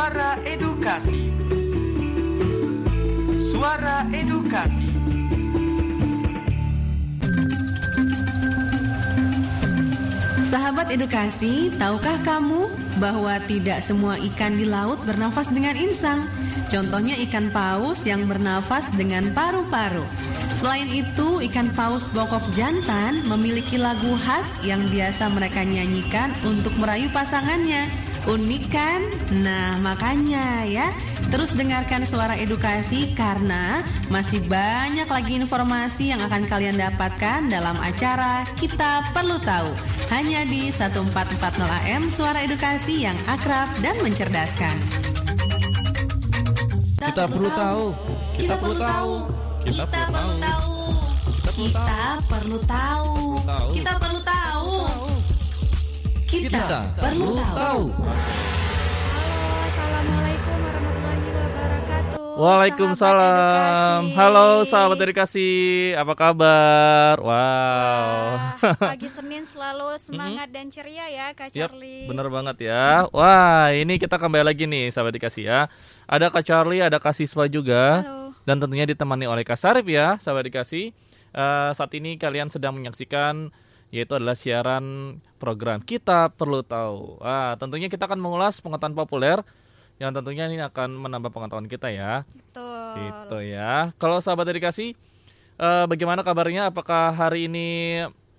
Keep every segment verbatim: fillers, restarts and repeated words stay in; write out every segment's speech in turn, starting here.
Suara Edukasi. Suara Edukasi. Sahabat edukasi, tahukah kamu bahwa tidak semua ikan di laut bernafas dengan insang? Contohnya ikan paus yang bernafas dengan paru-paru. Selain itu, ikan paus bokok jantan memiliki lagu khas yang biasa mereka nyanyikan untuk merayu pasangannya. Unik kan? Nah, makanya ya, terus dengarkan Suara Edukasi karena masih banyak lagi informasi yang akan kalian dapatkan dalam acara Kita Perlu Tahu. Hanya di seribu empat ratus empat puluh A M Suara Edukasi yang akrab dan mencerdaskan. Kita perlu tahu. Kita perlu tahu. Kita perlu tahu. Kita perlu tahu. Kita perlu tahu. Kita perlu tahu. Halo, assalamualaikum warahmatullahi wabarakatuh. Waalaikumsalam. Halo sahabat edukasi, apa kabar? Wow. Wah, pagi Senin selalu semangat dan ceria ya Kak Yap, Charlie. bener banget ya. Wah, ini kita kembali lagi nih sahabat edukasi ya. Ada Kak Charlie, ada Kak Siswa juga. Halo. Dan tentunya ditemani oleh Kak Sarif ya sahabat edukasi. Uh, saat ini kalian sedang menyaksikan yaitu adalah siaran program Kita Perlu Tahu. Ah, tentunya kita akan mengulas pengetahuan populer yang tentunya ini akan menambah pengetahuan kita ya. Betul. Gitu ya. Kalau sahabat edukasi, uh, bagaimana kabarnya? Apakah hari ini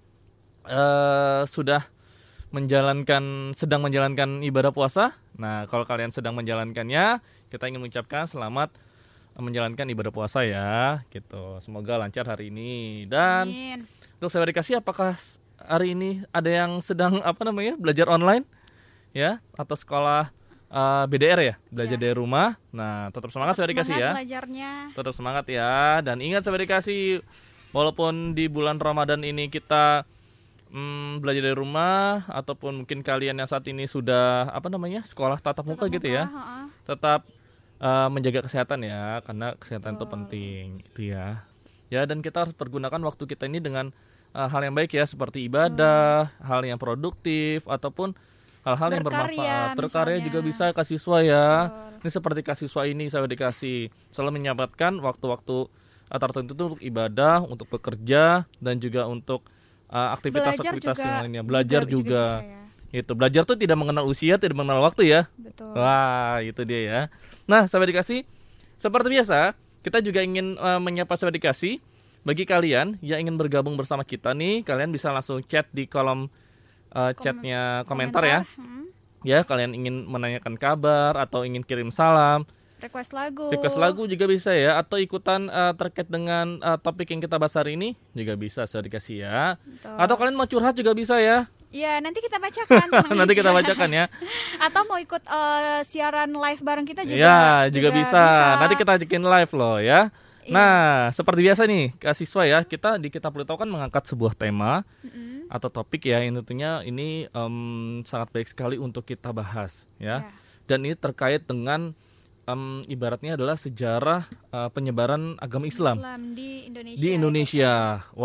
uh, sudah menjalankan, sedang menjalankan ibadah puasa? Nah, kalau kalian sedang menjalankannya, kita ingin mengucapkan selamat menjalankan ibadah puasa ya. Gitu. Semoga lancar hari ini. Dan Amin. untuk sahabat edukasi, apakah hari ini ada yang sedang apa namanya belajar online ya atau sekolah uh, B D R ya, belajar ya. dari rumah? Nah, tetap semangat sahabat edukasi ya. Belajarnya. Tetap semangat ya. Dan ingat sahabat edukasi, walaupun di bulan Ramadan ini kita hmm, belajar dari rumah ataupun mungkin kalian yang saat ini sudah apa namanya sekolah tatap muka Tatap gitu muka, ya, ha-ha. tetap uh, menjaga kesehatan ya, karena kesehatan itu Betul. penting itu ya. Ya, dan kita harus pergunakan waktu kita ini dengan uh, hal yang baik ya, seperti ibadah, hmm. hal yang produktif ataupun hal-hal yang Berkarya, bermanfaat. Berkarya misalnya. juga bisa Kak Siswa ya. Betul. Ini seperti Kak Siswa ini saya dikasih selalu menyempatkan waktu-waktu uh, tertentu itu untuk ibadah, untuk bekerja dan juga untuk uh, aktivitas-aktivitas juga, yang lainnya. Belajar juga. juga, juga bisa ya. Itu belajar tuh tidak mengenal usia, tidak mengenal waktu ya. Betul. Wah, itu dia ya. Nah, sahabat dikasih, seperti biasa, kita juga ingin uh, menyapa sahabat dikasih. Bagi kalian yang ingin bergabung bersama kita nih, kalian bisa langsung chat di kolom uh, Kom- chatnya komentar, komentar, ya. hmm. Ya, kalian ingin menanyakan kabar atau ingin kirim salam, Request lagu. request lagu juga bisa ya, atau ikutan uh, terkait dengan uh, topik yang kita bahas hari ini juga bisa sahabat dikasih ya. Betul. Atau kalian mau curhat juga bisa ya. Ya, nanti kita bacakan. tenang Nanti kita aja. bacakan ya. Atau mau ikut uh, siaran live bareng kita juga. Ya, juga, bisa. Nanti kita ajakin live loh ya. Iya. Nah, seperti biasa nih, Kak Siswa ya, kita di Kita Perlu Tahu kan mengangkat sebuah tema Mm-mm. atau topik ya, yang tentunya ini um, sangat baik sekali untuk kita bahas ya. Ya. Dan ini terkait dengan um, ibaratnya adalah sejarah uh, penyebaran agama Islam, Islam di Indonesia. di Indonesia.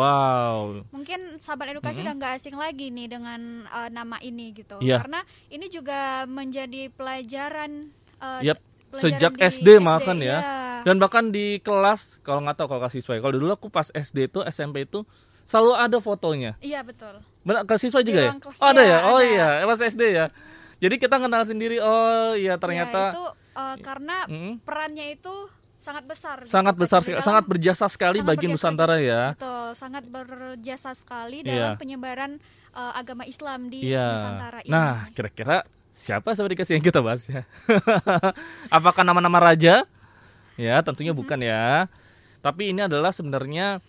Wow. Mungkin sahabat edukasi Mm-hmm. udah nggak asing lagi nih dengan uh, nama ini gitu. Iya. Karena ini juga menjadi pelajaran. Uh, Yap. pelajaran Sejak di S D makan ya. iya. Dan bahkan di kelas, kalau nggak tahu kalau Kak Siswa ya, kalau dulu aku pas S D itu, S M P itu selalu ada fotonya. Iya betul. Benar, Kak Siswa juga Di ya? ruang kelas, Oh, ada ya, ya? Oh ada. iya, pas S D ya. Jadi kita kenal sendiri, oh iya Ya, ternyata itu uh, karena mm, perannya itu sangat besar. gitu, sangat Kak. besar, Di sekali, dalam- sangat berjasa sekali sangat bagi berjasa Nusantara juga. ya. Betul, sangat berjasa sekali Iya. dalam penyebaran uh, agama Islam di Iya. Nusantara ini. Nah, kira-kira siapa sahabat dikasih yang kita bahas ya? Apakah nama-nama raja? Ya, tentunya Mm-hmm. bukan ya. Tapi ini adalah sebenarnya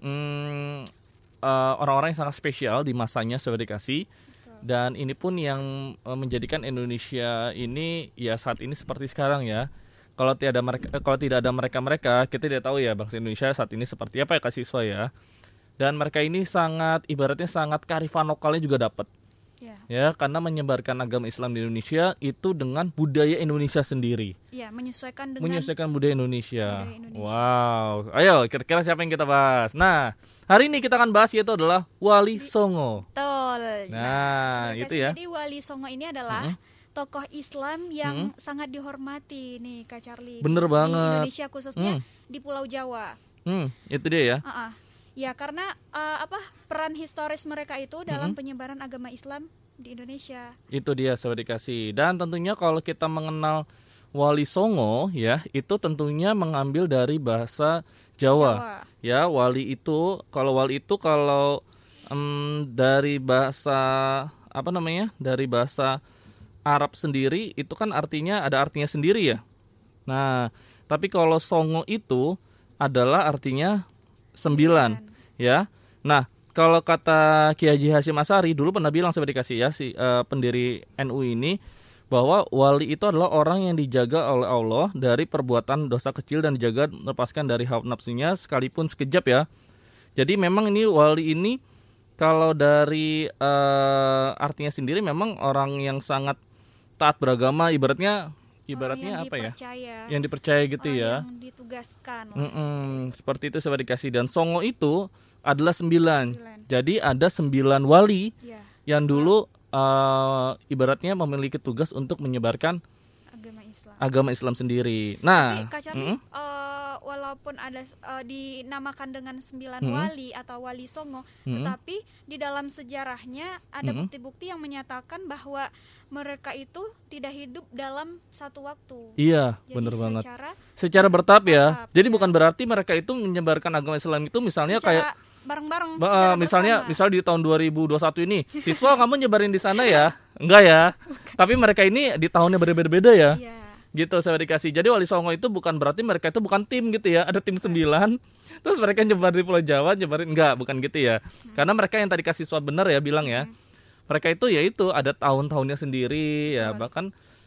mm, uh, orang-orang yang sangat spesial di masanya sahabat dikasih. Dan ini pun yang uh, menjadikan Indonesia ini ya saat ini seperti sekarang ya. Kalau tidak ada mereka, eh, kalau tidak ada mereka-mereka, kita tidak tahu ya bangsa Indonesia saat ini seperti apa ya Kak Siswa ya. Dan mereka ini sangat ibaratnya sangat kearifan lokalnya juga dapat. Ya, Ya, karena menyebarkan agama Islam di Indonesia itu dengan budaya Indonesia sendiri. ya menyesuaikan dengan Menyesuaikan budaya Indonesia. budaya Indonesia. Wow. Ayo, kira-kira siapa yang kita bahas? Nah, hari ini kita akan bahas yaitu adalah Wali Songo. Betul. Nah, sahabat itu kasih, ya. Jadi Wali Songo ini adalah Mhm. tokoh Islam yang sangat dihormati nih Kak Charlie. Bener di, banget. Di Indonesia khususnya Hmm. di Pulau Jawa. Hmm, itu dia ya. Uh-uh. Ya karena uh, apa peran historis mereka itu dalam penyebaran agama Islam di Indonesia. Itu dia Sobat Dikasih. Dan tentunya kalau kita mengenal Wali Songo ya, itu tentunya mengambil dari bahasa Jawa. Jawa. Ya, wali itu kalau wali itu kalau em, dari bahasa apa namanya? Dari bahasa Arab sendiri itu kan artinya ada artinya sendiri ya. Nah, tapi kalau Songo itu adalah artinya sembilan, ya. Nah, kalau kata Kiai Haji Hasyim Asy'ari dulu pernah bilang Sobat Dikasih ya, si uh, pendiri N U ini, bahwa wali itu adalah orang yang dijaga oleh Allah dari perbuatan dosa kecil dan dijaga melepaskan dari hawa nafsunya sekalipun sekejap ya. Jadi memang ini wali ini kalau dari uh, artinya sendiri memang orang yang sangat taat beragama, ibaratnya ibaratnya yang apa ya? dipercaya, Yang dipercaya gitu orang ya. yang ditugaskan. Mm-mm, seperti itu Sobat Dikasih. Dan Songo itu adalah sembilan. Sembilan. Jadi ada sembilan wali Ya, yang dulu uh, ibaratnya memiliki tugas untuk menyebarkan agama Islam. agama Islam sendiri. Tapi Nah, Kak Charlie, mm, eh, walaupun ada eh, dinamakan dengan sembilan Mm. wali atau wali Songo, Mm. tetapi di dalam sejarahnya ada Mm. bukti-bukti yang menyatakan bahwa mereka itu tidak hidup dalam satu waktu. iya, Jadi bener banget. secara Secara bertahap ya. bertahap, Jadi ya. bukan berarti mereka itu menyebarkan agama Islam itu misalnya kayak secara bareng-bareng, Ba- secara misalnya bersama. misal di tahun dua ribu dua puluh satu ini, siswa kamu nyebarin di sana ya? Enggak ya. Tapi mereka ini di tahunnya berbeda-beda ya. Iya. Gitu Sobat Dikasih. Jadi Wali Songo itu bukan berarti mereka itu bukan tim gitu ya. Ada tim sembilan. Terus mereka nyebar di Pulau Jawa, nyebarin enggak, bukan gitu ya. Karena mereka yang tadi kasih siswa benar ya bilang ya. Mereka itu ya itu ada tahun-tahunnya sendiri ya, bahkan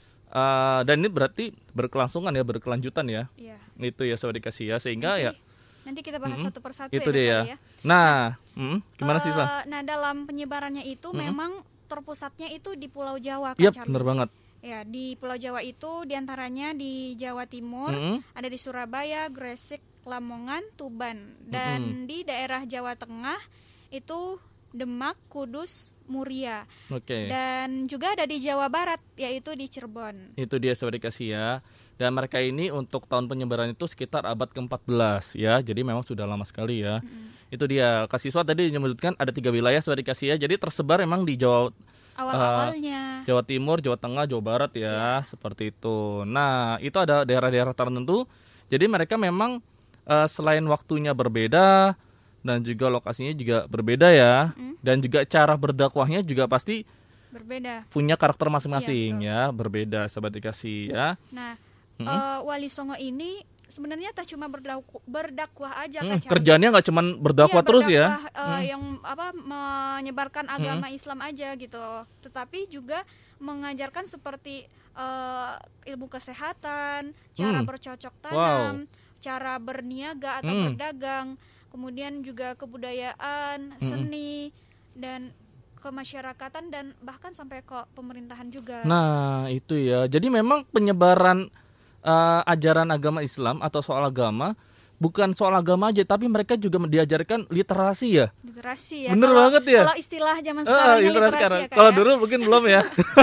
uh, dan ini berarti berkelangsungan ya, berkelanjutan ya. Iya. Itu ya Sobat Dikasih ya, sehingga ya Nanti kita bahas Mm-mm. satu persatu itu ya, dia Kak ya. Charlie ya. Nah, hmm, gimana sih, Pak? Eh, Nah, dalam penyebarannya itu Mm-mm. memang terpusatnya itu di Pulau Jawa, Kak Yap, Charlie. bener banget. Ya, di Pulau Jawa itu diantaranya di Jawa Timur, Mm-mm. ada di Surabaya, Gresik, Lamongan, Tuban, dan di daerah Jawa Tengah itu Demak, Kudus, Muria, Oke. dan juga ada di Jawa Barat yaitu di Cirebon. Itu dia Sobat Dikasih ya. Dan mereka ini untuk tahun penyebaran itu sekitar abad keempat belas ya. Jadi memang sudah lama sekali ya. Mm-hmm. Itu dia. Kasiswa tadi menyebutkan ada tiga wilayah Sobat Dikasih ya. Jadi tersebar memang di Jawa Awal-awalnya. Jawa Timur, Jawa Tengah, Jawa Barat ya, seperti itu. Nah, itu ada daerah-daerah tertentu. Jadi mereka memang uh, selain waktunya berbeda dan juga lokasinya juga berbeda ya. Mm. Dan juga cara berdakwahnya juga pasti Berbeda. punya karakter masing-masing Iya, ya, berbeda Sobat Dikasih ya. Nah, Mm-mm. eh, Wali Songo ini sebenarnya tak cuma berdakwah, berdakwah aja, Hmm, Kak Charlie. kerjanya nggak cuma berdakwah Iya, terus ya. berdakwah, eh, Hmm. yang apa menyebarkan agama Islam aja gitu, tetapi juga mengajarkan seperti eh, ilmu kesehatan, cara Hmm. bercocok tanam, Wow. cara berniaga atau Hmm. berdagang, kemudian juga kebudayaan, seni dan kemasyarakatan dan bahkan sampai ke pemerintahan juga. Nah, itu ya. Jadi memang penyebaran uh, ajaran agama Islam atau soal agama bukan soal agama aja, tapi mereka juga diajarkan literasi ya. Literasi ya. Bener Kalau- banget ya. Kalau istilah zaman Ah, sekarang literasi literasi sekarang. ya, Kak, Kalau ya. dulu mungkin belum ya.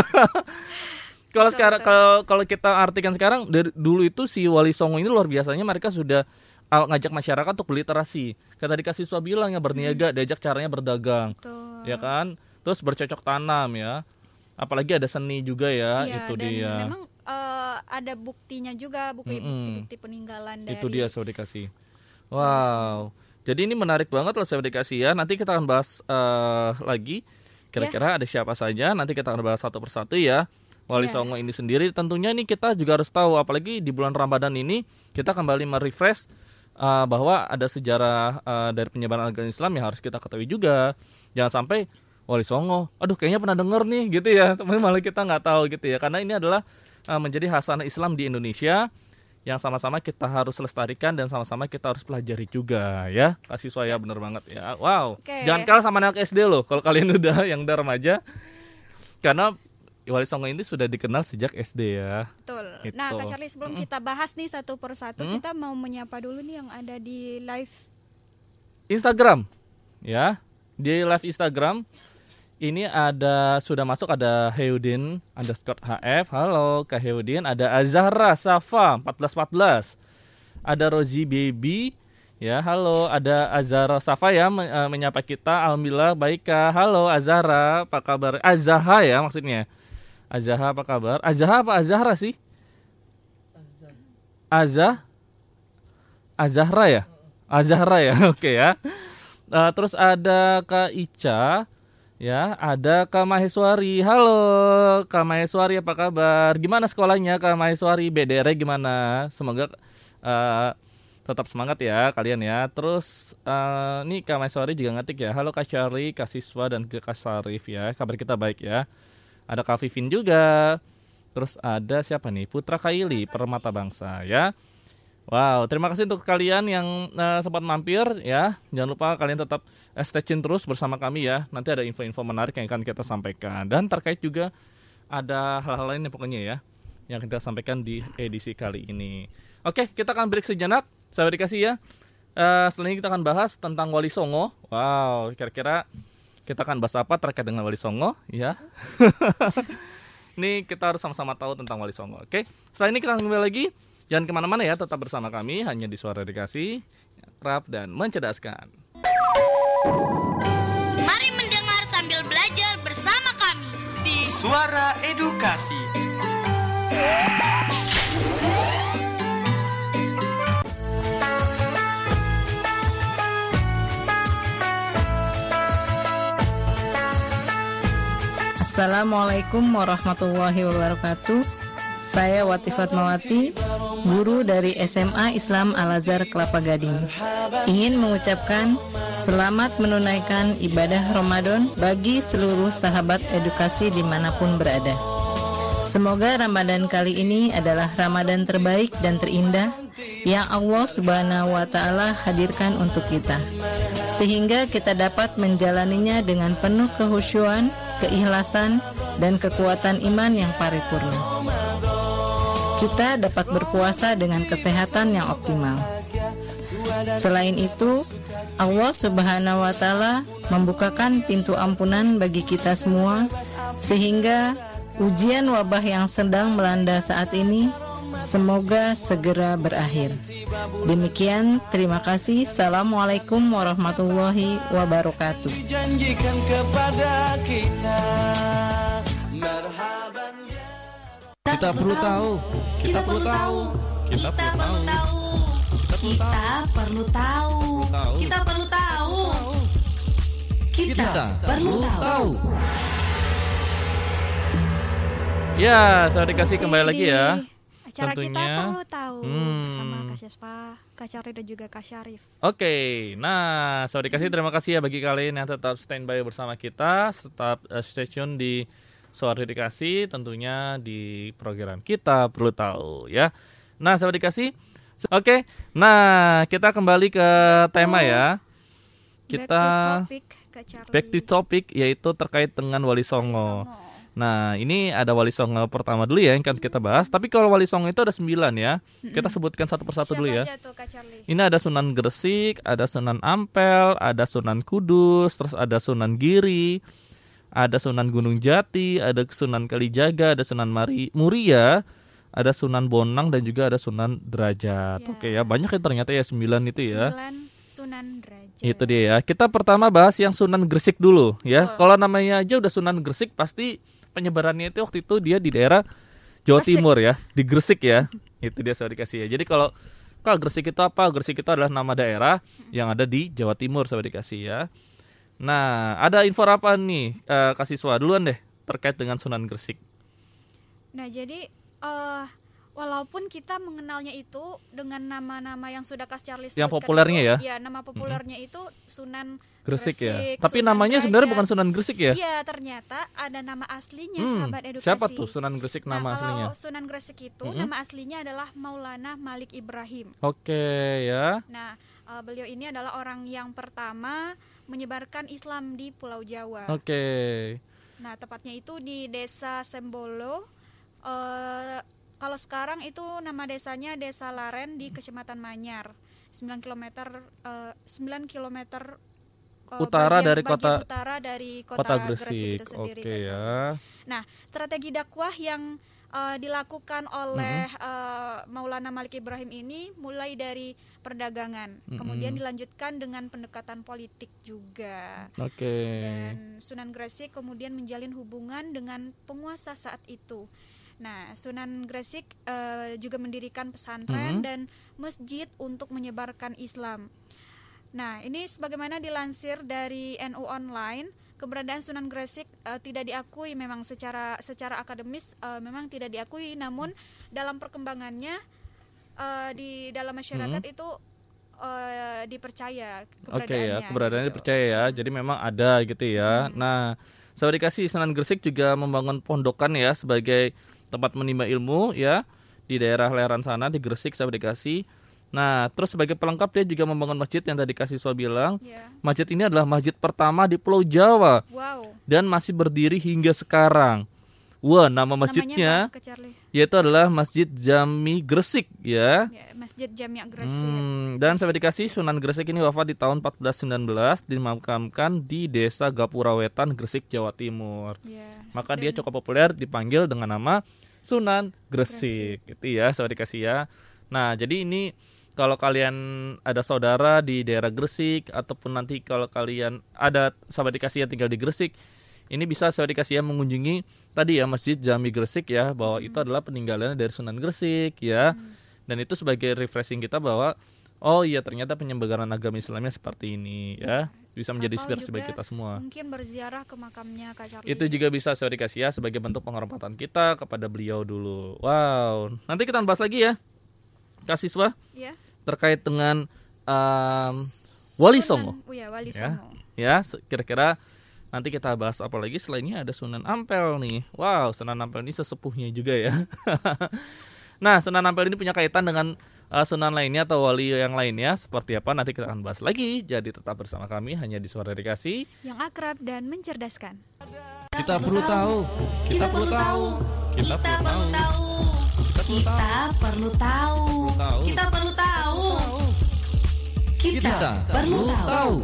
Kalau Betul, sekarang betul. kalau kalau kita artikan sekarang dari dulu itu si Wali Songo ini luar biasanya mereka sudah uh, ngajak masyarakat untuk berliterasi. Kayak tadi kasih siswa bilang ya berniaga, diajak caranya berdagang. Betul. Ya kan? Terus bercocok tanam ya. Apalagi ada seni juga ya, Iya, itu dan dia. memang eh, ada buktinya juga, bukti Mm-mm. bukti-bukti peninggalan dari Itu dia Sobat Dikasih. Wow. Jadi ini menarik banget loh Sobat Dikasih ya. Nanti kita akan bahas eh, lagi kira-kira ada siapa saja. Nanti kita akan bahas satu persatu ya. Wali Iya. Songo ini sendiri tentunya ini kita juga harus tahu, apalagi di bulan Ramadan ini kita kembali merefresh eh, bahwa ada sejarah eh, dari penyebaran agama Islam yang harus kita ketahui juga. Jangan sampai Wali Songo, aduh kayaknya pernah denger nih gitu ya, tapi malah kita nggak tahu gitu ya. Karena ini adalah uh, menjadi khasanah Islam di Indonesia yang sama-sama kita harus lestarikan dan sama-sama kita harus pelajari juga ya. Kasih saya bener banget ya. Wow. Oke. Jangan kalah sama anak S D loh kalau kalian udah yang udah remaja. Karena Wali Songo ini sudah dikenal sejak S D ya. Betul. Gitu. Nah, Kak Charlie, sebelum kita bahas nih satu persatu, Mm. kita mau menyapa dulu nih yang ada di live. Instagram ya. Di live Instagram Ini ada sudah masuk ada Heudin underscore H F. Halo Kak Heudin. Ada Azahra Safa empat belas empat belas. Ada Rozi Baby. Ya, halo. Ada Azahra Safa ya men- uh, menyapa kita. Alhamdulillah baik Kak. Halo Azahra, apa kabar? Azaha ya maksudnya. Azaha apa kabar? Azaha apa Azahra sih? Azah Azahra ya? Azahra ya. Oke ya. Uh, terus ada Kak Ica. Ya, ada Kak Maheswari. Halo Kak Maheswari, apa kabar? Gimana sekolahnya Kak Maheswari? B D R gimana? Semoga uh, tetap semangat ya kalian ya. Terus uh, nih Kak Maheswari juga ngetik ya. Halo Kak Charlie, Kak Siswa dan Kak Sarif ya. Kabar kita baik ya. Ada Kak Vivin juga. Terus ada siapa nih? Putra Kaili, Permata Bangsa ya. Wow, terima kasih untuk kalian yang uh, sempat mampir ya. Jangan lupa kalian tetap uh, stay tune terus bersama kami ya. Nanti ada info-info menarik yang akan kita sampaikan. Dan terkait juga ada hal-hal lain yang pokoknya ya yang kita sampaikan di edisi kali ini. Oke, kita akan break sejenak. Sahabat dikasih ya. Uh, setelah ini kita akan bahas tentang Wali Songo. Wow, kira-kira kita akan bahas apa terkait dengan Wali Songo ya. Ini kita harus sama-sama tahu tentang Wali Songo. Oke, setelah ini kita akan kembali lagi. Jangan kemana-mana ya, tetap bersama kami hanya di Suara Edukasi, akrab dan mencerdaskan. Mari mendengar sambil belajar bersama kami di Suara Edukasi. Assalamualaikum warahmatullahi wabarakatuh. Saya Wati Fatmawati, guru dari S M A Islam Al-Azhar Kelapa Gading. Ingin mengucapkan selamat menunaikan ibadah Ramadan bagi seluruh sahabat edukasi dimanapun berada. Semoga Ramadan kali ini adalah Ramadan terbaik dan terindah yang Allah Subhanahu wa Ta'ala hadirkan untuk kita, sehingga kita dapat menjalaninya dengan penuh kehusyuan, keikhlasan, dan kekuatan iman yang paripurna. Kita dapat berpuasa dengan kesehatan yang optimal. Selain itu, Allah Subhanahu wa Ta'ala membukakan pintu ampunan bagi kita semua, sehingga ujian wabah yang sedang melanda saat ini semoga segera berakhir. Demikian, terima kasih. Assalamualaikum warahmatullahi wabarakatuh. Dijanjikan kepada kita. Marhaban ya. Kita perlu tahu. Kita perlu tahu. Kita perlu tahu. Kita perlu tahu. Tahu. Kita perlu tahu. Kita perlu tahu. Ya, saya dikasih Masih kembali lagi di ya. Acara Tentunya. kita perlu tahu Hmm. bersama Kak Siswa, Kak Charlie dan juga Kak Syarif. Oke, nah saya dikasih terima kasih ya bagi kalian yang tetap standby bersama kita, tetap uh, stay tune di Suara Edukasi, tentunya di program Kita Perlu Tahu ya. Nah, saya dikasih. Oke, nah kita kembali ke tema ya. Kita back to topic, Kak Charlie. back to topic, yaitu terkait dengan Wali Songo. Songo. Nah, ini ada Wali Songo pertama dulu ya yang akan kita bahas. Tapi kalau Wali Songo itu ada sembilan ya. Kita sebutkan satu persatu Siapa dulu ya. aja tuh, Kak Charlie? Ini ada Sunan Gresik, ada Sunan Ampel, ada Sunan Kudus, terus ada Sunan Giri, ada Sunan Gunung Jati, ada Sunan Kalijaga, ada Sunan Mari Muria, ada Sunan Bonang dan juga ada Sunan Derajat. Ya. Oke ya, banyak ya ternyata ya sembilan itu ya. Sembilan Sunan Derajat. Itu dia ya. Kita pertama bahas yang Sunan Gresik dulu ya. Oh. Kalau namanya aja udah Sunan Gresik, pasti penyebarannya itu waktu itu dia di daerah Jawa Gresik. Timur ya, di Gresik ya. Itu dia saya dikasih ya. Jadi kalau kalau Gresik itu apa? Gresik itu adalah nama daerah yang ada di Jawa Timur, saya dikasih ya. Nah, ada info apa nih? Eh, kasih siswa duluan deh terkait dengan Sunan Gresik. Nah, jadi eh walaupun kita mengenalnya itu dengan nama-nama yang sudah Kak Charlie sebutkan, Yang populernya itu, ya? Ya, nama populernya itu Sunan Gresik, ya. Gresik, Tapi Sunan namanya Derajat. sebenarnya bukan Sunan Gresik ya? Iya, ternyata ada nama aslinya, Hmm, sahabat edukasi. siapa tuh Sunan Gresik Nah, nama aslinya? kalau Sunan Gresik itu Mm-mm. nama aslinya adalah Maulana Malik Ibrahim. Oke ya. Nah, eh, beliau ini adalah orang yang pertama menyebarkan Islam di Pulau Jawa. Oke. Nah, tepatnya itu di Desa Sembolo. Eh, kalau sekarang itu nama desanya Desa Laren di Kecamatan Manyar. sembilan kilometer eh, sembilan kilometer uh, utara bagian, dari bagian kota utara dari kota, kota Gresik, Gresik. itu sendiri. Oke Kak Charlie. ya. Nah, strategi dakwah yang uh, dilakukan oleh mm-hmm. uh, Maulana Malik Ibrahim ini mulai dari perdagangan, mm-hmm. kemudian dilanjutkan dengan pendekatan politik juga. Oke. Okay. Dan Sunan Gresik kemudian menjalin hubungan dengan penguasa saat itu. Nah, Sunan Gresik uh, juga mendirikan pesantren mm-hmm. dan masjid untuk menyebarkan Islam. Nah, ini sebagaimana dilansir dari N U Online, keberadaan Sunan Gresik uh, tidak diakui memang secara secara akademis uh, memang tidak diakui, namun dalam perkembangannya uh, di dalam masyarakat mm-hmm. itu uh, dipercaya keberadaannya. Oke ya, keberadaannya gitu. dipercaya ya. Jadi memang ada gitu ya. Hmm. Nah, sahabat dikasih, Sunan Gresik juga membangun pondokan ya sebagai tempat menimba ilmu ya di daerah Leran sana di Gresik, sahabat dikasih. Nah, terus sebagai pelengkap dia juga membangun masjid yang tadi kasih Swa bilang. Yeah. Masjid ini adalah masjid pertama di Pulau Jawa. Wow. Dan masih berdiri hingga sekarang. Wah, nama masjidnya yaitu adalah Masjid Jami Gresik ya. Ya, Masjid Jami Gresik. Hmm, dan saya dikasih Sunan Gresik ini wafat di tahun empat belas sembilan belas, dimakamkan di Desa Gapura Wetan, Gresik, Jawa Timur. Ya, maka dan dia cukup populer dipanggil dengan nama Sunan Gresik. Gresik. Itu ya, saya dikasih ya. Nah, jadi ini kalau kalian ada saudara di daerah Gresik ataupun nanti kalau kalian ada sahabat dikasih yang tinggal di Gresik, ini bisa sahabat dikasih ya mengunjungi tadi ya Masjid Jami Gresik ya, bahwa hmm. itu adalah peninggalan dari Sunan Gresik ya. Hmm. Dan itu sebagai refreshing kita bahwa oh iya ternyata penyelenggaraan agama Islamnya seperti ini ya. Bisa menjadi inspirasi bagi kita semua. Mungkin berziarah ke makamnya Kak Charlie. Itu juga bisa sahabat dikasih ya sebagai bentuk penghormatan kita kepada beliau dulu. Wow. Nanti kita bahas lagi ya, Kak Siswa. Ya. Terkait dengan um, Wali Songo. Oh ya, Wali ya. Songo. Ya, kira-kira nanti kita bahas apa lagi. Selainnya ada Sunan Ampel nih. Wow, Sunan Ampel ini sesepuhnya juga ya. Nah, Sunan Ampel ini punya kaitan dengan uh, Sunan lainnya atau wali yang lainnya. Seperti apa nanti kita akan bahas lagi. Jadi tetap bersama kami hanya di Suara Dedikasi yang akrab dan mencerdaskan. Kita perlu tahu. Kita perlu tahu. Kita perlu tahu. Kita perlu tahu. Kita perlu tahu. Kita perlu tahu.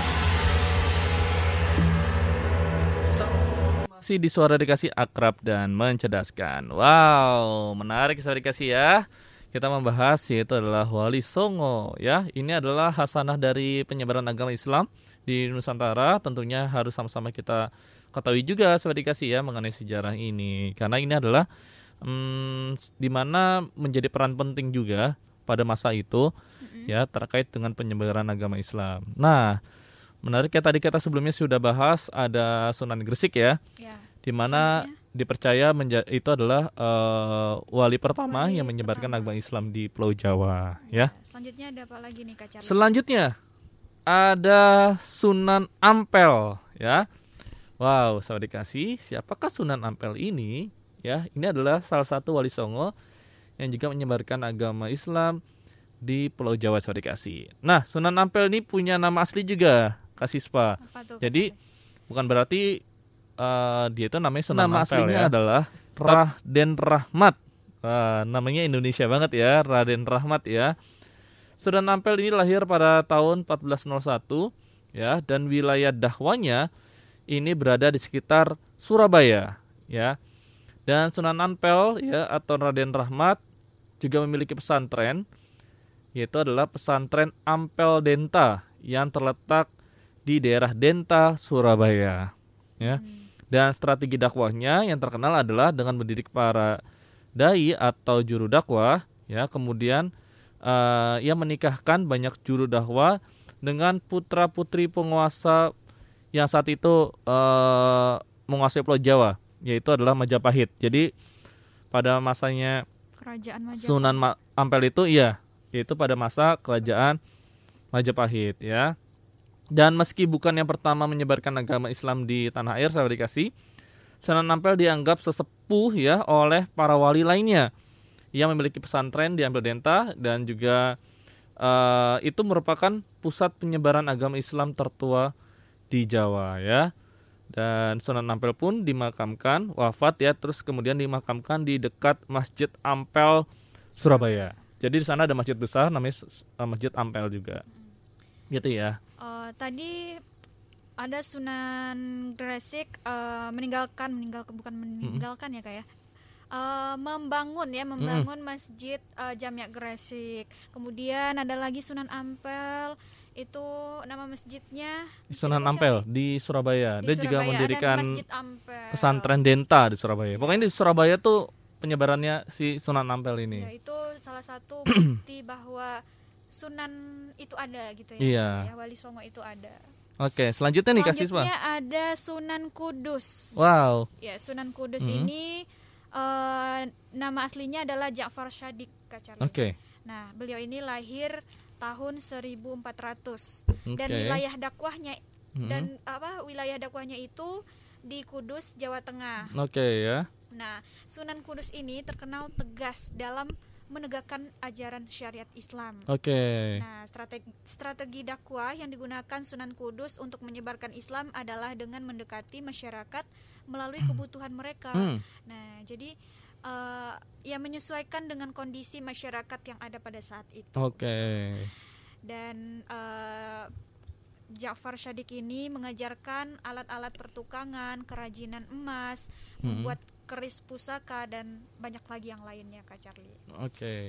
Si di Suara Dikasih akrab dan mencerdaskan. Wow, menarik Suara Dikasih ya. Kita membahas yaitu adalah Wali Songo ya. Ini adalah hasanah dari penyebaran agama Islam di Nusantara. Tentunya harus sama-sama kita ketahui juga Suara Dikasih ya mengenai sejarah ini. Karena ini adalah hmm, di mana menjadi peran penting juga pada masa itu mm-hmm. ya terkait dengan penyebaran agama Islam. Nah, menarik ya, tadi kita sebelumnya sudah bahas ada Sunan Gresik ya, ya di mana dipercaya menja- itu adalah uh, wali pertama wali yang menyebarkan pertama. agama Islam di Pulau Jawa ya. ya. Selanjutnya ada apa lagi nih Kak Charlie? Selanjutnya ada Sunan Ampel ya. Wow, sahabat dikasih, siapakah Sunan Ampel ini? Ya, ini adalah salah satu wali Songo yang juga menyebarkan agama Islam di Pulau Jawa, sahabat dikasih. Nah, Sunan Ampel ini punya nama asli juga, Kak Sispa. Jadi bukan berarti uh, dia itu namanya Sunan nama Ampel. Nama aslinya ya. adalah Raden Rahmat. Uh, namanya Indonesia banget ya, Raden Rahmat ya. Sunan Ampel ini lahir pada tahun empat belas nol satu ya, dan wilayah dakwahnya ini berada di sekitar Surabaya ya. Dan Sunan Ampel ya atau Raden Rahmat juga memiliki pesantren, yaitu adalah pesantren Ampel Denta yang terletak di daerah Denta, Surabaya ya. Dan strategi dakwahnya yang terkenal adalah dengan mendidik para dai atau juru dakwah ya. Kemudian uh, ia menikahkan banyak juru dakwah dengan putra-putri penguasa yang saat itu uh, menguasai Pulau Jawa, yaitu adalah Majapahit. Jadi pada masanya Kerajaan Majapahit. Sunan Ma- Ampel itu iya, yaitu pada masa Kerajaan Majapahit ya. Dan meski bukan yang pertama menyebarkan agama Islam di tanah air, sahabat dikasih, Sunan Ampel dianggap sesepuh ya oleh para wali lainnya yang memiliki pesantren di Ampel Denta, dan juga uh, itu merupakan pusat penyebaran agama Islam tertua di Jawa ya. Dan Sunan Ampel pun dimakamkan, wafat ya, terus kemudian dimakamkan di dekat Masjid Ampel Surabaya. Jadi di sana ada masjid besar namanya Masjid Ampel juga. Gitu ya. Uh, tadi ada Sunan Gresik uh, meninggalkan meninggalkan bukan meninggalkan mm-hmm. ya Kak ya. Uh, membangun ya membangun mm-hmm. Masjid uh, Jami' Gresik. Kemudian ada lagi Sunan Ampel, itu nama masjidnya Sunan Ampel di Surabaya. Di Dia Surabaya juga mendirikan pesantren Denta di Surabaya. Pokoknya di Surabaya tuh penyebarannya si Sunan Ampel ini. Ya, itu salah satu bukti bahwa Sunan itu ada gitu ya. Iya. Ya, Wali Songo itu ada. Oke, selanjutnya nih Kak Siswa. Selanjutnya ada Sunan Kudus. Wow. Ya, Sunan Kudus mm-hmm. ini uh, nama aslinya adalah Ja'far Shadiq Kak Charlie. Oke. Okay. Nah, beliau ini lahir tahun seribu empat ratus okay. dan wilayah dakwahnya mm-hmm. dan apa wilayah dakwahnya itu di Kudus, Jawa Tengah. Oke okay, ya. Nah, Sunan Kudus ini terkenal tegas dalam menegakkan ajaran syariat Islam. Oke. Okay. Nah, strategi, strategi dakwah yang digunakan Sunan Kudus untuk menyebarkan Islam adalah dengan mendekati masyarakat melalui kebutuhan mereka. Hmm. Nah, jadi uh, ya menyesuaikan dengan kondisi masyarakat yang ada pada saat itu. Oke. Okay. Dan uh, Ja'far Shadiq ini mengajarkan alat-alat pertukangan, kerajinan emas, hmm. membuat keris pusaka dan banyak lagi yang lainnya Kak Charlie. Oke. Okay.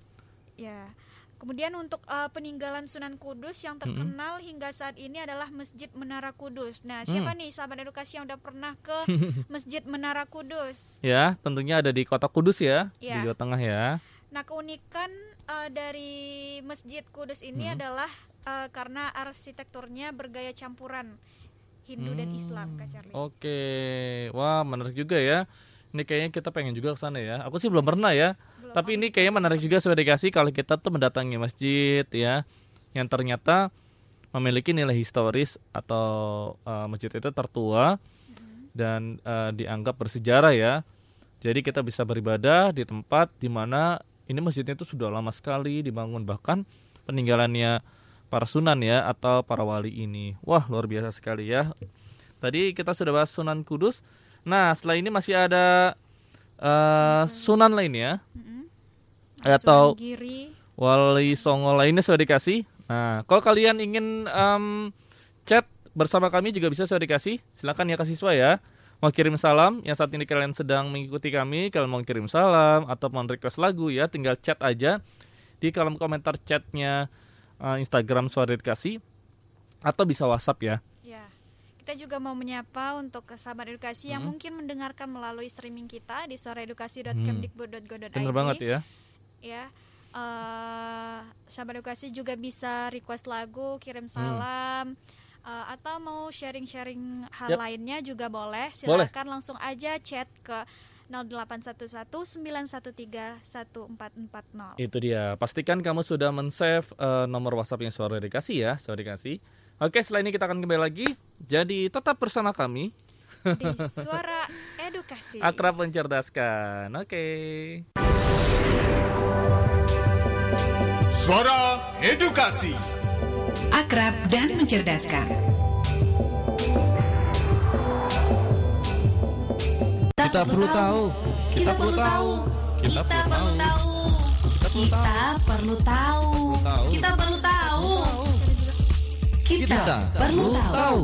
Ya. Kemudian untuk uh, peninggalan Sunan Kudus yang terkenal mm-hmm. hingga saat ini adalah Masjid Menara Kudus. Nah, siapa mm. nih sahabat edukasi yang udah pernah ke Masjid Menara Kudus? Ya, tentunya ada di Kota Kudus ya, ya. di Jawa Tengah ya. Nah, keunikan uh, dari Masjid Kudus ini mm. adalah uh, karena arsitekturnya bergaya campuran Hindu hmm. dan Islam Kak Charlie. Oke. Okay. Wah, menarik juga ya. Ini kayaknya kita pengen juga ke sana ya. Aku sih belum pernah ya. Belum Tapi ini kayaknya menarik juga Sobat Edukasi kalau kita tuh mendatangi masjid ya yang ternyata memiliki nilai historis atau uh, masjid itu tertua mm-hmm. dan uh, dianggap bersejarah ya. Jadi kita bisa beribadah di tempat di mana ini masjidnya itu sudah lama sekali dibangun, bahkan peninggalannya para sunan ya atau para wali ini. Wah, luar biasa sekali ya. Tadi kita sudah bahas Sunan Kudus. Nah, setelah ini masih ada uh, sunan lainnya mm-hmm. atau Sunan Giri, Wali Songo lainnya sudah dikasih. Nah, kalau kalian ingin um, chat bersama kami juga bisa sudah dikasih. Silakan ya Kak Siswa ya. Mau kirim salam yang saat ini kalian sedang mengikuti kami, kalian mau kirim salam atau mau request lagu ya, tinggal chat aja di kolom komentar chatnya uh, Instagram Suara Edukasi atau bisa WhatsApp ya. Ya. Kita juga mau menyapa untuk sahabat edukasi hmm. yang mungkin mendengarkan melalui streaming kita di suaraedukasi dot kemdikbud dot go dot i d. Benar banget ya. Ya, uh, sahabat edukasi juga bisa request lagu, kirim salam, hmm. uh, atau mau sharing-sharing hal yep. lainnya juga boleh. Silakan boleh. Langsung aja chat ke nol delapan satu satu sembilan satu tiga satu empat empat nol. Itu dia. Pastikan kamu sudah men-save uh, nomor WhatsApp-nya Suara Edukasi ya, Suara Edukasi. Oke, setelah ini kita akan kembali lagi. Jadi tetap bersama kami di Suara Edukasi. Akrab mencerdaskan. Oke. Suara Edukasi. Akrab dan mencerdaskan. Kita perlu tahu. Kita perlu tahu. Kita perlu tahu. Kita perlu tahu. Kita perlu tahu. Kita perlu tahu.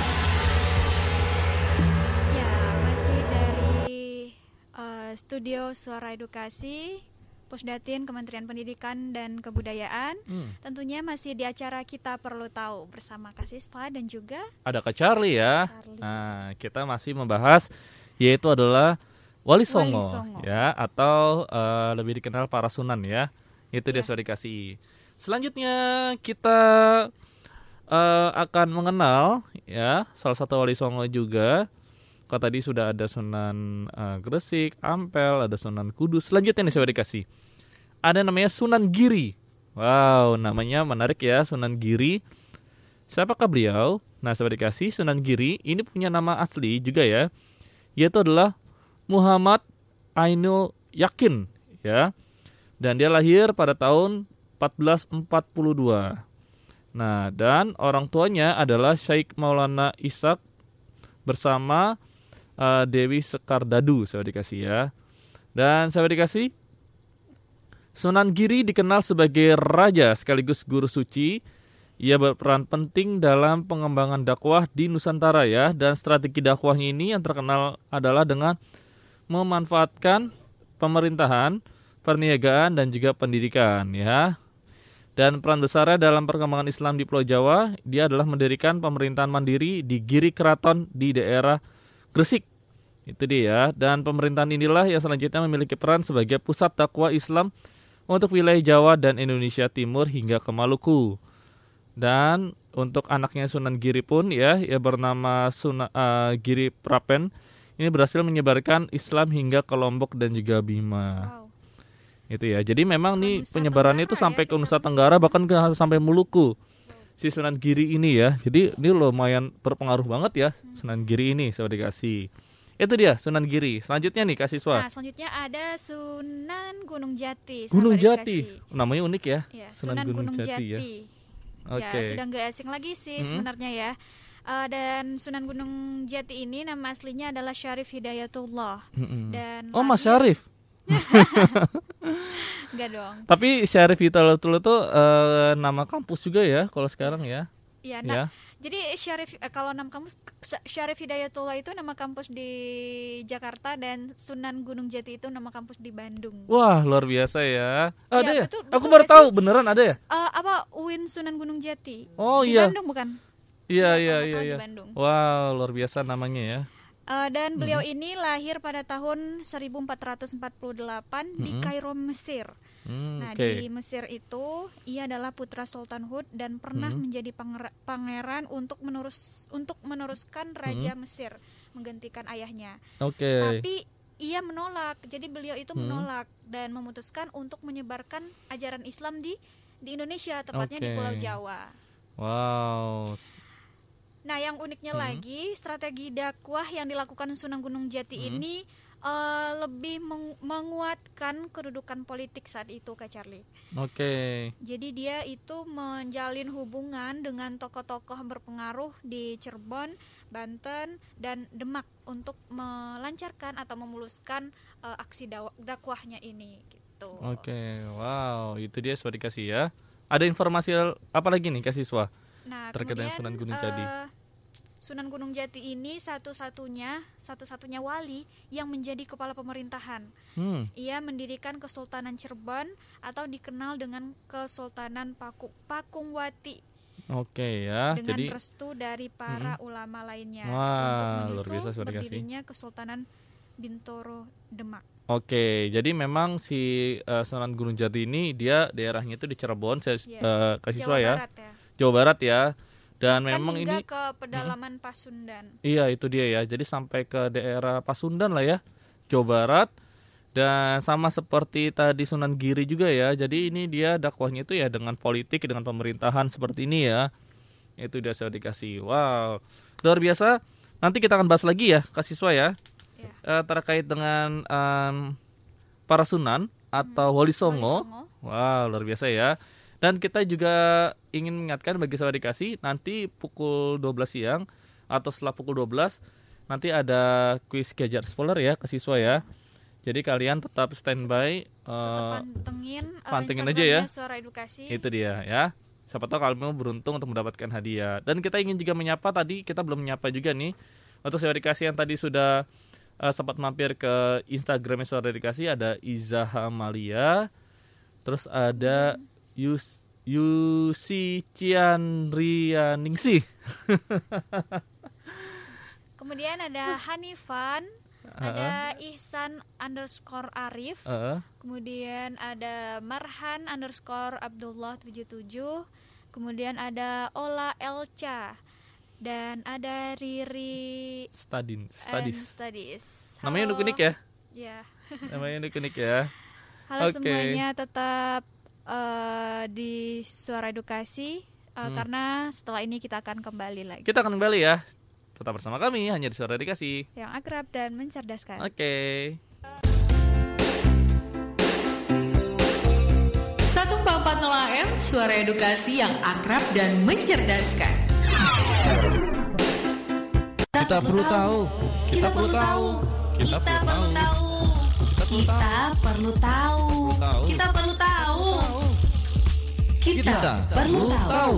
Ya, masih dari uh, studio Suara Edukasi, Pusdatin Kementerian Pendidikan dan Kebudayaan. Hmm. Tentunya masih di acara Kita Perlu Tahu bersama Kak Siswa dan juga ada Kak Charlie ya. Charlie. Nah, kita masih membahas yaitu adalah Wali Songo, Wali Songo. ya atau uh, lebih dikenal para sunan ya. Itu ya. Dia sudah dikasih. Selanjutnya kita uh, akan mengenal ya salah satu Wali Songo juga. Kalau tadi sudah ada Sunan uh, Gresik, Ampel, ada Sunan Kudus. Selanjutnya nih sudah dikasih. Ada namanya Sunan Giri. Wow, namanya menarik ya, Sunan Giri. Siapakah beliau? Nah, sudah dikasih Sunan Giri ini punya nama asli juga ya. Yaitu adalah Muhammad Ainul Yakin ya. Dan dia lahir pada tahun empat belas empat puluh dua. Nah, dan orang tuanya adalah Syekh Maulana Ishaq bersama uh, Dewi Sekardadu, saya dikasih ya. Dan saya dikasih Sunan Giri dikenal sebagai raja sekaligus guru suci Ia berperan penting dalam pengembangan dakwah di Nusantara ya, dan strategi dakwahnya ini yang terkenal adalah dengan memanfaatkan pemerintahan, perniagaan dan juga pendidikan ya. Dan peran besarnya dalam perkembangan Islam di Pulau Jawa, dia adalah mendirikan pemerintahan mandiri di Giri Keraton di daerah Gresik. Itu dia. Dan pemerintahan inilah yang selanjutnya memiliki peran sebagai pusat dakwah Islam untuk wilayah Jawa dan Indonesia Timur hingga ke Maluku. Dan untuk anaknya Sunan Giri pun ya, ia bernama Suna, uh, Giri Prapen, ini berhasil menyebarkan Islam hingga ke Lombok dan juga Bima. Wow. Itu ya. Jadi memang nih penyebarannya itu sampai ke Nusa Tenggara, bahkan ke sampai Maluku. Si Sunan Giri ini ya. Jadi ini lumayan berpengaruh banget ya, hmm. Sunan Giri ini saya dikasih. Itu dia Sunan Giri. Selanjutnya nih Kak Siswa. Nah, selanjutnya ada Sunan Gunung Jati. Gunung Jati. Namanya unik ya. ya Sunan, Sunan Gunung, Gunung Jati. Jati. Ya. Okay. Ya, sudah nggak asing lagi sih hmm. sebenarnya ya. Uh, dan Sunan Gunung Jati ini nama aslinya adalah Syarif Hidayatullah. Hmm. Dan oh, Mas Syarif. Enggak dong. Tapi Syarif Hidayatullah itu uh, nama kampus juga ya kalau sekarang ya. Iya, nah, ya. Jadi Syarif eh, kalau nama kampus Syarif Hidayatullah itu nama kampus di Jakarta dan Sunan Gunung Jati itu nama kampus di Bandung. Wah, luar biasa ya. Oh, ya ada ya? Betul, Aku betul, baru betul. tahu beneran ada ya? Uh, apa U I N Sunan Gunung Jati? Oh di iya. Bandung bukan? Iya, ya, iya, iya, iya. Wow, luar biasa namanya ya. Uh, dan beliau hmm. ini lahir pada tahun seribu empat ratus empat puluh delapan hmm. di Kairo, Mesir. Hmm, nah, okay. di Mesir itu ia adalah putra Sultan Hud dan pernah hmm. menjadi panger- pangeran untuk menurus untuk meneruskan Raja hmm. Mesir, menggantikan ayahnya. Okay. Tapi ia menolak. Jadi beliau itu hmm. menolak dan memutuskan untuk menyebarkan ajaran Islam di di Indonesia, tepatnya okay. di Pulau Jawa. Wow. Nah, yang uniknya hmm. lagi, strategi dakwah yang dilakukan Sunan Gunung Jati hmm. ini uh, lebih meng- menguatkan kedudukan politik saat itu, Kak Charlie. Oke. Okay. Jadi dia itu menjalin hubungan dengan tokoh-tokoh berpengaruh di Cirebon, Banten, dan Demak untuk melancarkan atau memuluskan uh, aksi daw- dakwahnya ini. Gitu. Oke, okay. Wow, itu dia sudah dikasih ya. Ada informasi apa lagi nih, Kak Siswa? Nah, terkait dengan Sunan Gunung Jati. Uh, Sunan Gunung Jati ini satu-satunya satu-satunya wali yang menjadi kepala pemerintahan. Hmm. Ia mendirikan Kesultanan Cirebon atau dikenal dengan Kesultanan Paku, Pakungwati. Oke ya. Dengan jadi restu dari para hmm. ulama lainnya. Wah, untuk menyusul berdirinya Kesultanan Bintoro Demak. Oke, jadi memang si uh, Sunan Gunung Jati ini dia daerahnya itu di Cirebon, saya yeah. uh, kasih siswa ya. Barat, ya. Jawa Barat ya. Dan bahkan memang hingga ini ke pedalaman hmm, Pasundan. Iya, itu dia ya. Jadi sampai ke daerah Pasundan lah ya, Jawa Barat. Dan sama seperti tadi Sunan Giri juga ya. Jadi ini dia dakwahnya itu ya dengan politik, dengan pemerintahan seperti ini ya. Itu dia saya dikasih. Wow, luar biasa. Nanti kita akan bahas lagi ya, Kak Siswa ya. Ya. Uh, terkait dengan um, para sunan atau hmm, Wali Songo. Wow, luar biasa ya. Dan kita juga ingin mengingatkan bagi sahabat dikasih, nanti pukul dua belas siang atau setelah pukul dua belas nanti ada kuis Gajar Spoiler ya ke siswa ya. Jadi kalian tetap standby, uh, pantengin, pantengin uh, aja ya. Suara Edukasi. Itu dia ya. Siapa tahu kalian beruntung untuk mendapatkan hadiah. Dan kita ingin juga menyapa, tadi kita belum menyapa juga nih untuk sahabat dikasih yang tadi sudah uh, sempat mampir ke Instagramnya Suara Edukasi, ada Izaha Malia, terus ada hmm. Yus Yusi Cianrianingsih. Kemudian ada Hanifan, uh. ada Ihsan underscore Arif, uh. kemudian ada Marhan underscore Abdullah tujuh tujuh, kemudian ada Ola Elca, dan ada Riri Stadin, Stadis. Studies. Namanya unik ya? Ya. Namanya unik ya. Halo okay. semuanya, tetap uh, di Suara Edukasi uh, hmm. karena setelah ini kita akan kembali lagi. Kita akan kembali ya. Tetap bersama kami hanya di Suara Edukasi yang akrab dan mencerdaskan. Oke. Okay. seratus empat puluh empat nol A M Suara Edukasi yang akrab dan mencerdaskan. Kita perlu tahu. Kita perlu tahu. Kita perlu tahu. Kita perlu tahu. Kita perlu tahu. Kita perlu tahu. Kita perlu tahu.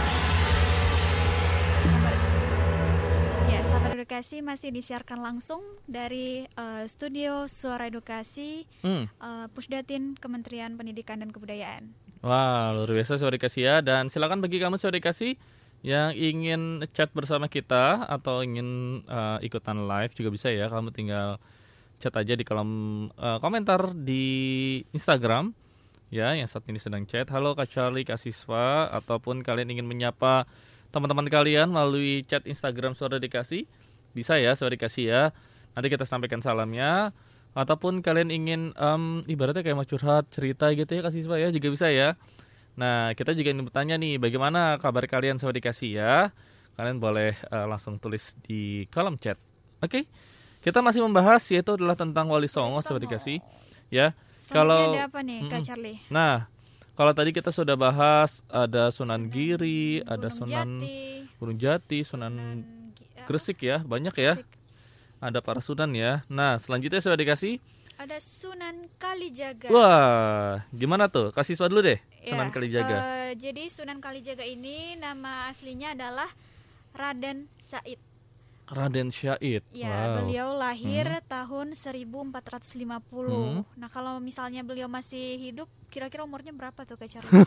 Ya, Sahabat Edukasi masih disiarkan langsung dari uh, studio Suara Edukasi Hmm. uh, Pusdatin Kementerian Pendidikan dan Kebudayaan. Wah, luar biasa Sahabat Edukasi ya. Dan silakan bagi kamu Sahabat Edukasi yang ingin chat bersama kita atau ingin uh, ikutan live juga bisa ya. Kamu tinggal chat aja di kolom uh, komentar di Instagram ya, yang saat ini sedang chat. Halo Kak Charlie, Kak Siswa, ataupun kalian ingin menyapa teman-teman kalian melalui chat Instagram Suara Edukasi, bisa ya Suara Edukasi ya. Nanti kita sampaikan salamnya. Ataupun kalian ingin um, ibaratnya kayak mau curhat, cerita gitu ya Kak Siswa ya, juga bisa ya. Nah, kita juga ingin bertanya nih, bagaimana kabar kalian Suara Edukasi ya? Kalian boleh uh, langsung tulis di kolom chat. Oke, kita masih membahas yaitu adalah tentang Wali Songo Suara Edukasi ya. Kalau ada apa nih Kak Mm-mm. Charlie? Nah, kalau tadi kita sudah bahas ada Sunan Giri, ada Gunung Sunan Jati, Gunung Jati, Sunan Gi- apa? Gresik ya, banyak ya. Gresik. Ada para Sunan ya. Nah, selanjutnya sudah dikasih. Ada Sunan Kalijaga. Wah, gimana tuh? Kasih siswa dulu deh, Ya, Sunan Kalijaga. eh, jadi Sunan Kalijaga ini nama aslinya adalah Raden Said. Raden Syahid. Ya, Wow. beliau lahir tahun seribu empat ratus lima puluh. Hmm. Nah, kalau misalnya beliau masih hidup, kira-kira umurnya berapa tuh Kak Charlie?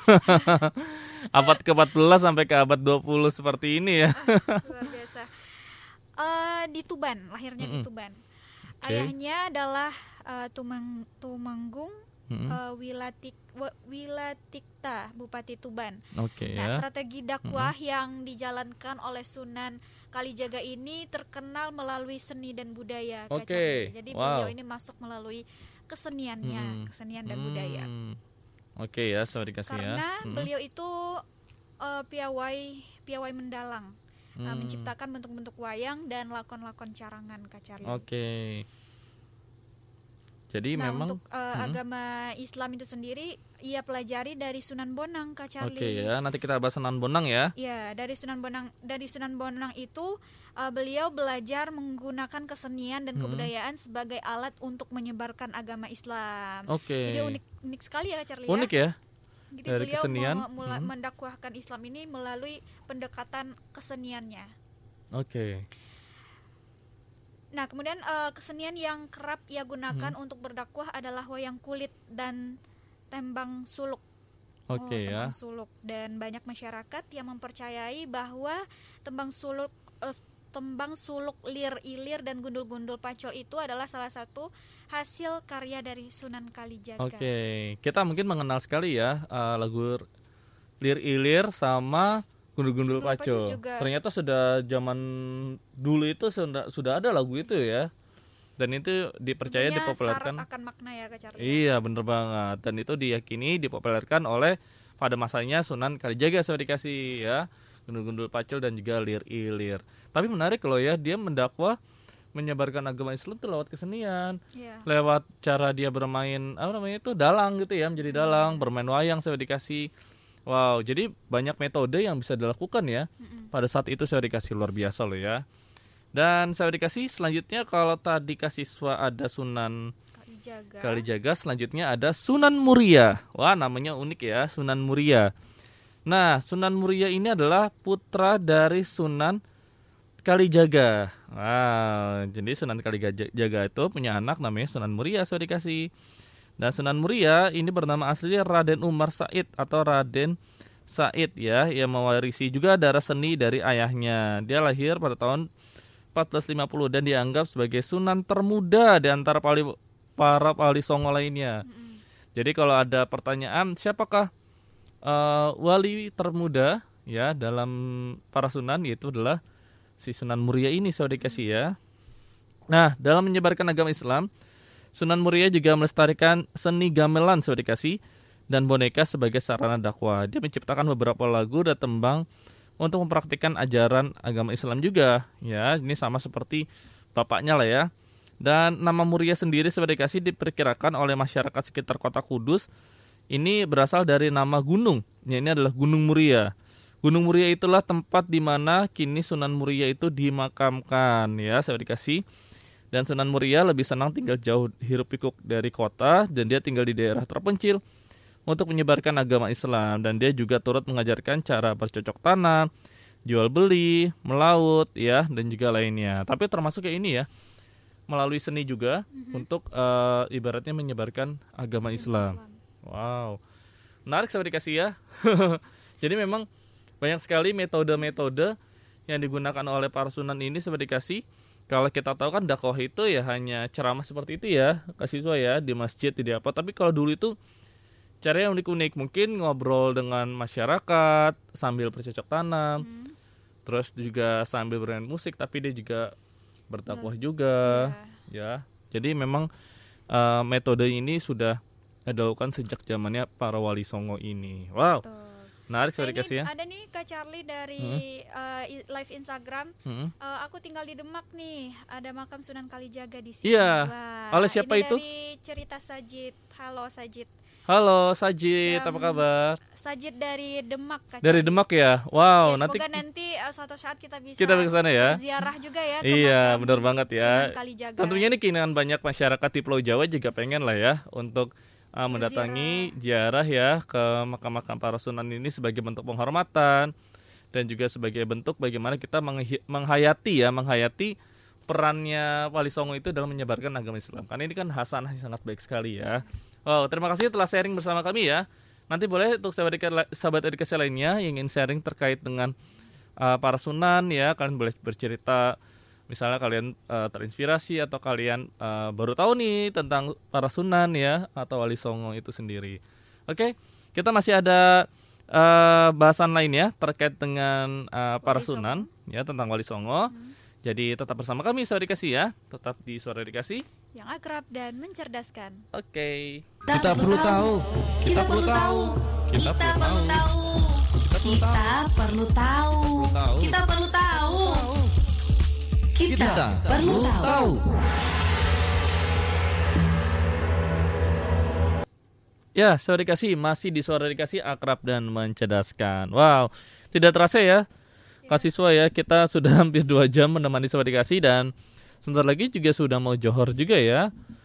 Abad ke empat belas sampai ke abad dua puluh seperti ini ya. Luar biasa. Eh, di Tuban, lahirnya di Mm-mm. Tuban. Oke. Ayahnya adalah eh, Tumang Tumanggung Mm-mm. eh, Wilatik Wa- Wilatikta, Bupati Tuban. Oke Nah, ya. strategi dakwah yang dijalankan oleh Sunan Kalijaga ini terkenal melalui seni dan budaya. Kak Oke, Charlie. Jadi wow. beliau ini masuk melalui keseniannya, Hmm. kesenian dan budaya. Hmm. Oke ya, sudah dikasih ya. Karena Mm-mm. beliau itu eh, piawai piawai mendalang, eh, Hmm. menciptakan bentuk-bentuk wayang dan lakon-lakon carangan Kak Charlie. Oke. Jadi Nah, memang untuk eh, Mm-mm. agama Islam itu sendiri ia pelajari dari Sunan Bonang Kak Charlie. Oke ya, nanti kita bahas Sunan Bonang ya. Ya, dari Sunan Bonang dari Sunan Bonang itu uh, beliau belajar menggunakan kesenian dan Hmm. kebudayaan sebagai alat untuk menyebarkan agama Islam. Oke. Jadi unik unik sekali ya Charlie Unik ya. ya. Jadi dari beliau kesenian. me- mula- Hmm. mendakwahkan Islam ini melalui pendekatan keseniannya. Oke. Nah, kemudian uh, kesenian yang kerap ia gunakan Hmm. untuk berdakwah adalah wayang kulit dan tembang suluk. Oke Oh, ya. tembang suluk, dan banyak masyarakat yang mempercayai bahwa tembang suluk eh, tembang suluk lir ilir dan gundul-gundul pacul itu adalah salah satu hasil karya dari Sunan Kalijaga. Oke, kita mungkin mengenal sekali ya uh, lagu Lir Ilir sama Gundul-Gundul Gundul Pacul Pacul. juga. Ternyata sudah zaman dulu itu sudah sudah ada lagu itu ya. Dan itu dipercaya Tentunya dipopulerkan. syarat akan makna ya Kak Charlie. Iya, bener banget. Dan itu diyakini dipopulerkan oleh pada masanya Sunan Kalijaga sudah dikasih ya. Gundul-Gundul Pacul dan juga Lir Ilir. Tapi menarik loh ya, dia mendakwah menyebarkan agama Islam itu lewat kesenian. Iya. Lewat cara dia bermain apa namanya itu dalang gitu ya, menjadi dalang, bermain wayang saya dikasih. Wow, jadi banyak metode yang bisa dilakukan ya. Mm-mm. Pada saat itu saya dikasih luar biasa loh ya. Dan saya dikasih selanjutnya kalau tadi kasih siswa ada Sunan Kalijaga. Kalijaga, selanjutnya ada Sunan Muria. Wah, namanya unik ya, Sunan Muria. Nah, Sunan Muria ini adalah putra dari Sunan Kalijaga. Wow, jadi Sunan Kalijaga itu punya anak namanya Sunan Muria, saya dikasih. Nah, Sunan Muria ini bernama aslinya Raden Umar Said atau Raden Said ya, yang mewarisi juga darah seni dari ayahnya. Dia lahir pada tahun empat belas lima puluh dan dianggap sebagai sunan termuda di antara pali, para wali songo lainnya. Mm-mm. Jadi kalau ada pertanyaan siapakah uh, wali termuda ya dalam para sunan, yaitu adalah si Sunan Muria ini, saya dikasih ya. Nah, dalam menyebarkan agama Islam, Sunan Muria juga melestarikan seni gamelan saya dikasih dan boneka sebagai sarana dakwah. Dia menciptakan beberapa lagu dan tembang untuk mempraktikkan ajaran agama Islam juga. Ya, ini sama seperti bapaknya lah ya. Dan nama Muria sendiri saya dikasih diperkirakan oleh masyarakat sekitar kota Kudus ini berasal dari nama gunung. Ya, ini adalah Gunung Muria. Gunung Muria itulah tempat di mana kini Sunan Muria itu dimakamkan ya, saya dikasih. Dan Sunan Muria lebih senang tinggal jauh hiruk pikuk dari kota dan dia tinggal di daerah terpencil untuk menyebarkan agama Islam, dan dia juga turut mengajarkan cara bercocok tanam, jual beli, melaut ya, dan juga lainnya. Tapi termasuk kayak ini ya, melalui seni juga mm-hmm. untuk uh, ibaratnya menyebarkan agama Islam. Islam. Wow, menarik sahabat dikasih ya. Jadi memang banyak sekali metode-metode yang digunakan oleh para sunan ini sahabat dikasih. Kalau kita tahu kan dakwah itu ya hanya ceramah seperti itu ya, kasiswa ya, di masjid, di apa. Tapi kalau dulu itu caranya unik-unik, mungkin ngobrol dengan masyarakat sambil bercocok tanam, hmm. terus juga sambil bermain musik, tapi dia juga berdakwah hmm. juga, yeah. ya. Jadi memang uh, metode ini sudah dilakukan sejak zamannya para wali songo ini. Wow. Betul. Menarik saya dikasih ya. Ada nih Kak Charlie dari hmm. uh, live Instagram. Hmm. Uh, aku tinggal di Demak nih. Ada makam Sunan Kalijaga di sini. Iya. Oleh siapa ini itu? Dari cerita Sajid. Halo Sajid. Halo Sajid, um, apa kabar? Sajid dari Demak Kak Dari Charlie. Demak ya. Wow, ya, nanti semoga nanti uh, suatu saat kita bisa kita ke sana ya. Ziarah juga ya ke iya, benar banget ya. Sunan Kalijaga. Tentunya ini keinginan banyak masyarakat di Pulau Jawa juga pengen lah ya untuk Uh, mendatangi ziarah ya ke makam-makam para sunan ini sebagai bentuk penghormatan dan juga sebagai bentuk bagaimana kita menghi- menghayati ya menghayati perannya wali songo itu dalam menyebarkan agama Islam. Karena ini kan hasanah yang sangat baik sekali ya. Wow, terima kasih telah sharing bersama kami ya. Nanti boleh untuk sahabat edukasi, sahabat edukasi lainnya yang ingin sharing terkait dengan uh, para sunan ya, kalian boleh bercerita. Misalnya kalian uh, terinspirasi atau kalian uh, baru tahu nih tentang para sunan ya atau wali songo itu sendiri. Oke, kita masih ada uh, bahasan lain ya terkait dengan uh, para wali sunan songo. Ya tentang wali songo. Hmm. Jadi tetap bersama kami Suara Dikasih ya, tetap di Suara Dikasih yang akrab dan mencerdaskan. Oke. Kita, kita perlu tahu. Kita, kita perlu tahu. Kita perlu tahu. Kita perlu tahu. Kita perlu tahu. Kita, Kita perlu tahu. tahu. Ya, Suara Dikasih masih di Suara Dikasih akrab dan mencerdaskan. Wow, tidak terasa ya, kasiswa ya, kita sudah hampir dua jam menemani Suara Dikasih dan sebentar lagi juga sudah mau johor juga ya.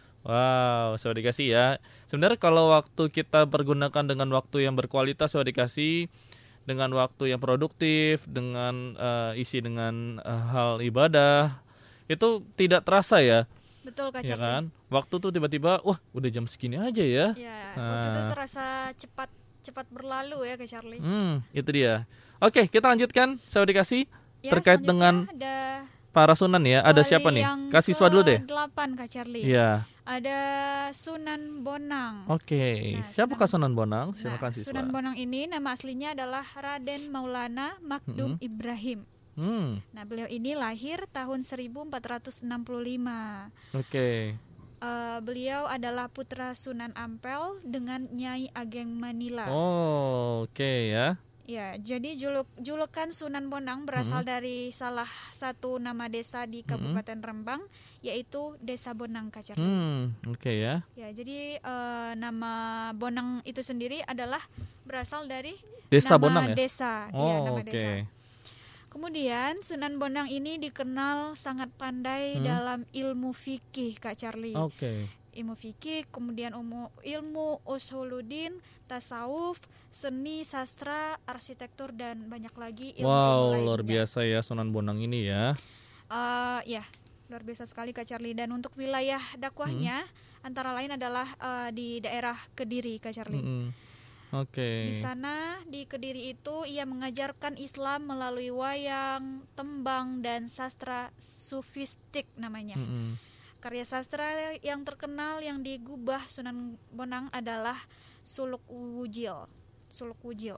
Wow, Suara Dikasih ya. Sebenarnya kalau waktu kita pergunakan dengan waktu yang berkualitas Suara Dikasih, dengan waktu yang produktif, dengan uh, isi dengan uh, hal ibadah, itu tidak terasa ya. Betul Kak ya Charlie. Kan? Waktu tuh tiba-tiba, wah udah jam segini aja ya. Ya, nah. waktu itu terasa cepat cepat berlalu ya Kak Charlie. Hmm, itu dia. Oke, kita lanjutkan, saya dikasih ya, terkait dengan ada para sunan ya. Ada siapa nih? Kasih siswa dulu deh. delapan Kak Charlie. Iya. Ada Sunan Bonang. Oke, okay. nah, siapakah Sunan Bonang? Silakan nah, siswa. Sunan Bonang ini nama aslinya adalah Raden Maulana Makdum hmm. Ibrahim. Hmm. Nah, beliau ini lahir tahun seribu empat ratus enam puluh lima. Oke. Okay. Uh, beliau adalah putra Sunan Ampel dengan Nyai Ageng Manila. Oh, oke okay, ya. Ya, jadi juluk, julukan Sunan Bonang berasal hmm. dari salah satu nama desa di Kabupaten hmm. Rembang, yaitu Desa Bonang Kak Charlie. Hmm, oke okay, ya. Ya, jadi uh, nama Bonang itu sendiri adalah berasal dari Desa nama Bonang ya? desa. Oh, ya, nama okay. desa. Kemudian Sunan Bonang ini dikenal sangat pandai hmm. dalam ilmu fikih Kak Charlie. Oke. Okay. Ilmu fikih, kemudian ilmu, ilmu usuluddin, tasawuf, seni, sastra, arsitektur dan banyak lagi ilmu wow, lainnya. Luar biasa ya Sunan Bonang ini ya. Uh, ya, luar biasa sekali Kak Charlie. Dan untuk wilayah dakwahnya hmm. antara lain adalah uh, di daerah Kediri Kak Charlie. Hmm. Oke. Okay. Di sana di Kediri itu ia mengajarkan Islam melalui wayang, tembang dan sastra sufistik namanya. Hmm. Karya sastra yang terkenal yang digubah Sunan Bonang adalah Suluk Wujil. Suluk Wujil.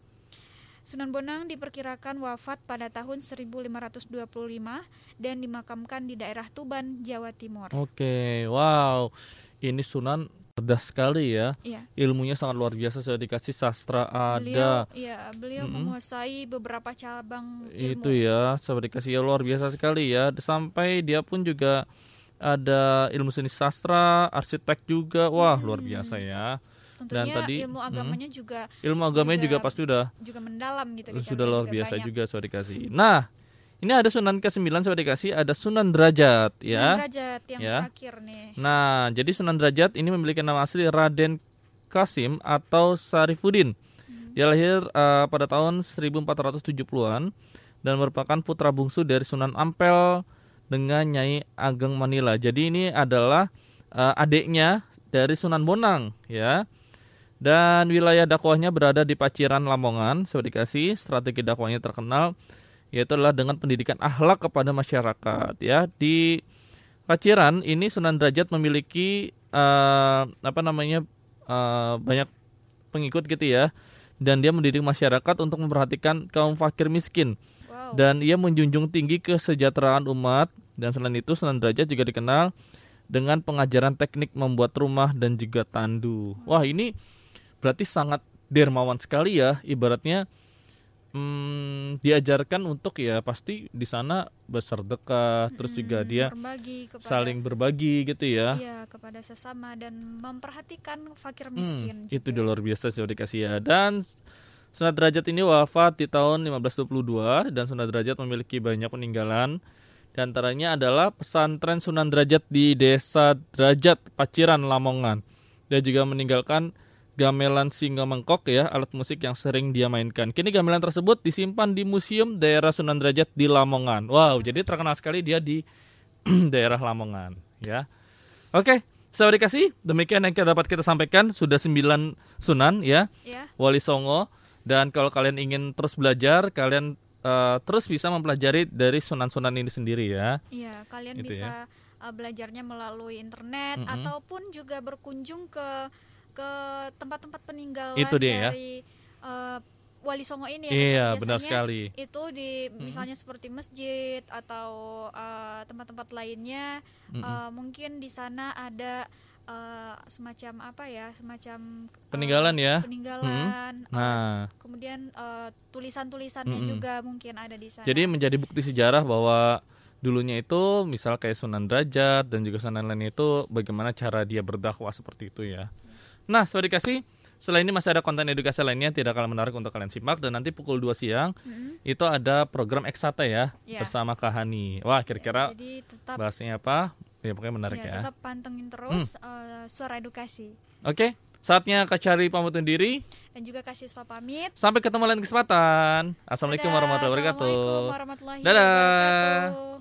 Sunan Bonang diperkirakan wafat pada tahun seribu lima ratus dua puluh lima dan dimakamkan di daerah Tuban, Jawa Timur. Oke, wow. Ini Sunan cerdas sekali ya. Iya. Ilmunya sangat luar biasa, sudah dikasih sastra beliau, ada. Iya, beliau mm-hmm. menguasai beberapa cabang ilmu. Itu ya, sudah dikasih ya luar biasa sekali ya. Sampai dia pun juga ada ilmu seni sastra, arsitek juga, wah hmm. luar biasa ya. Tentunya dan tadi ilmu agamanya hmm, juga ilmu agamanya juga, juga pasti udah juga mendalam gitu. Sudah luar biasa banyak. Juga sudah dikasih. Nah, ini ada Sunan kesembilan sudah dikasih, ada Sunan Derajat Sunan ya. Derajat yang ya. terakhir nih. Nah, jadi Sunan Derajat ini memiliki nama asli Raden Qasim atau Sarifuddin. Dia lahir uh, pada tahun seribu empat ratus tujuh puluhan dan merupakan putra bungsu dari Sunan Ampel dengan Nyai Ageng Manila. Jadi ini adalah uh, adiknya dari Sunan Bonang, ya. Dan wilayah dakwahnya berada di Paciran, Lamongan. Saya dikasih strategi dakwahnya terkenal, yaitu adalah dengan pendidikan akhlak kepada masyarakat, ya. Di Paciran ini Sunan Derajat memiliki uh, apa namanya uh, banyak pengikut gitu ya. Dan dia mendidik masyarakat untuk memperhatikan kaum fakir miskin. Wow. Dan ia menjunjung tinggi kesejahteraan umat. Dan selain itu Sunan Derajat juga dikenal dengan pengajaran teknik membuat rumah dan juga tandu. Wah, ini berarti sangat dermawan sekali ya. Ibaratnya hmm, diajarkan untuk ya pasti di sana bersedekah, hmm, terus juga dia berbagi kepada, saling berbagi gitu ya. Iya, kepada sesama dan memperhatikan fakir miskin. Hmm, itu luar biasa sih dikasih ya. Dan Sunan Derajat ini wafat di tahun lima belas dua puluh dua dan Sunan Derajat memiliki banyak peninggalan. Di antaranya adalah pesantren Sunan Derajat di Desa Derajat, Paciran, Lamongan. Dia juga meninggalkan gamelan Singa Mengkok ya, alat musik yang sering dia mainkan. Kini gamelan tersebut disimpan di Museum Daerah Sunan Derajat di Lamongan. Wow, jadi terkenal sekali dia di daerah Lamongan ya. Oke, sahabat dikasih, demikian yang dapat kita sampaikan. Sudah sembilan sunan ya, Ya. Wali Songo. Dan kalau kalian ingin terus belajar, kalian uh, terus bisa mempelajari dari sunan-sunan ini sendiri ya. Iya, kalian Gitu bisa uh, belajarnya melalui internet Mm-mm. ataupun juga berkunjung ke ke tempat-tempat peninggalan Itu dia ya. dari uh, Wali Songo ini ya. Iya, Biasanya benar sekali. Itu di misalnya seperti masjid atau uh, tempat-tempat lainnya, uh, mungkin di sana ada uh, semacam apa ya, semacam uh, Peninggalan ya. peninggalan. Mm-mm. Nah. uh, kemudian uh, tulisan-tulisannya Mm-mm. juga mungkin ada di sana. Jadi menjadi bukti sejarah bahwa dulunya itu misal kayak Sunan Derajat dan juga Sunan lain itu bagaimana cara dia berdakwah seperti itu ya. Nah, sahabat dikasih, setelah ini masih ada konten edukasi lainnya tidak kalah menarik untuk kalian simak. Dan nanti pukul dua siang Mm-mm. itu ada program Eksata ya, Ya. bersama Kak Hani. Wah, kira-kira Jadi tetap bahasnya apa? Ya pokoknya menarik ya, ya. tetap pantengin terus uh, Suara Edukasi. Oke, saatnya Kak Cari pamit undur diri. Dan juga kasih siswa pamit. Sampai ketemu lain kesempatan. Assalamualaikum Dadah. warahmatullahi wabarakatuh. Assalamualaikum warahmatullahi Dadah. wabarakatuh.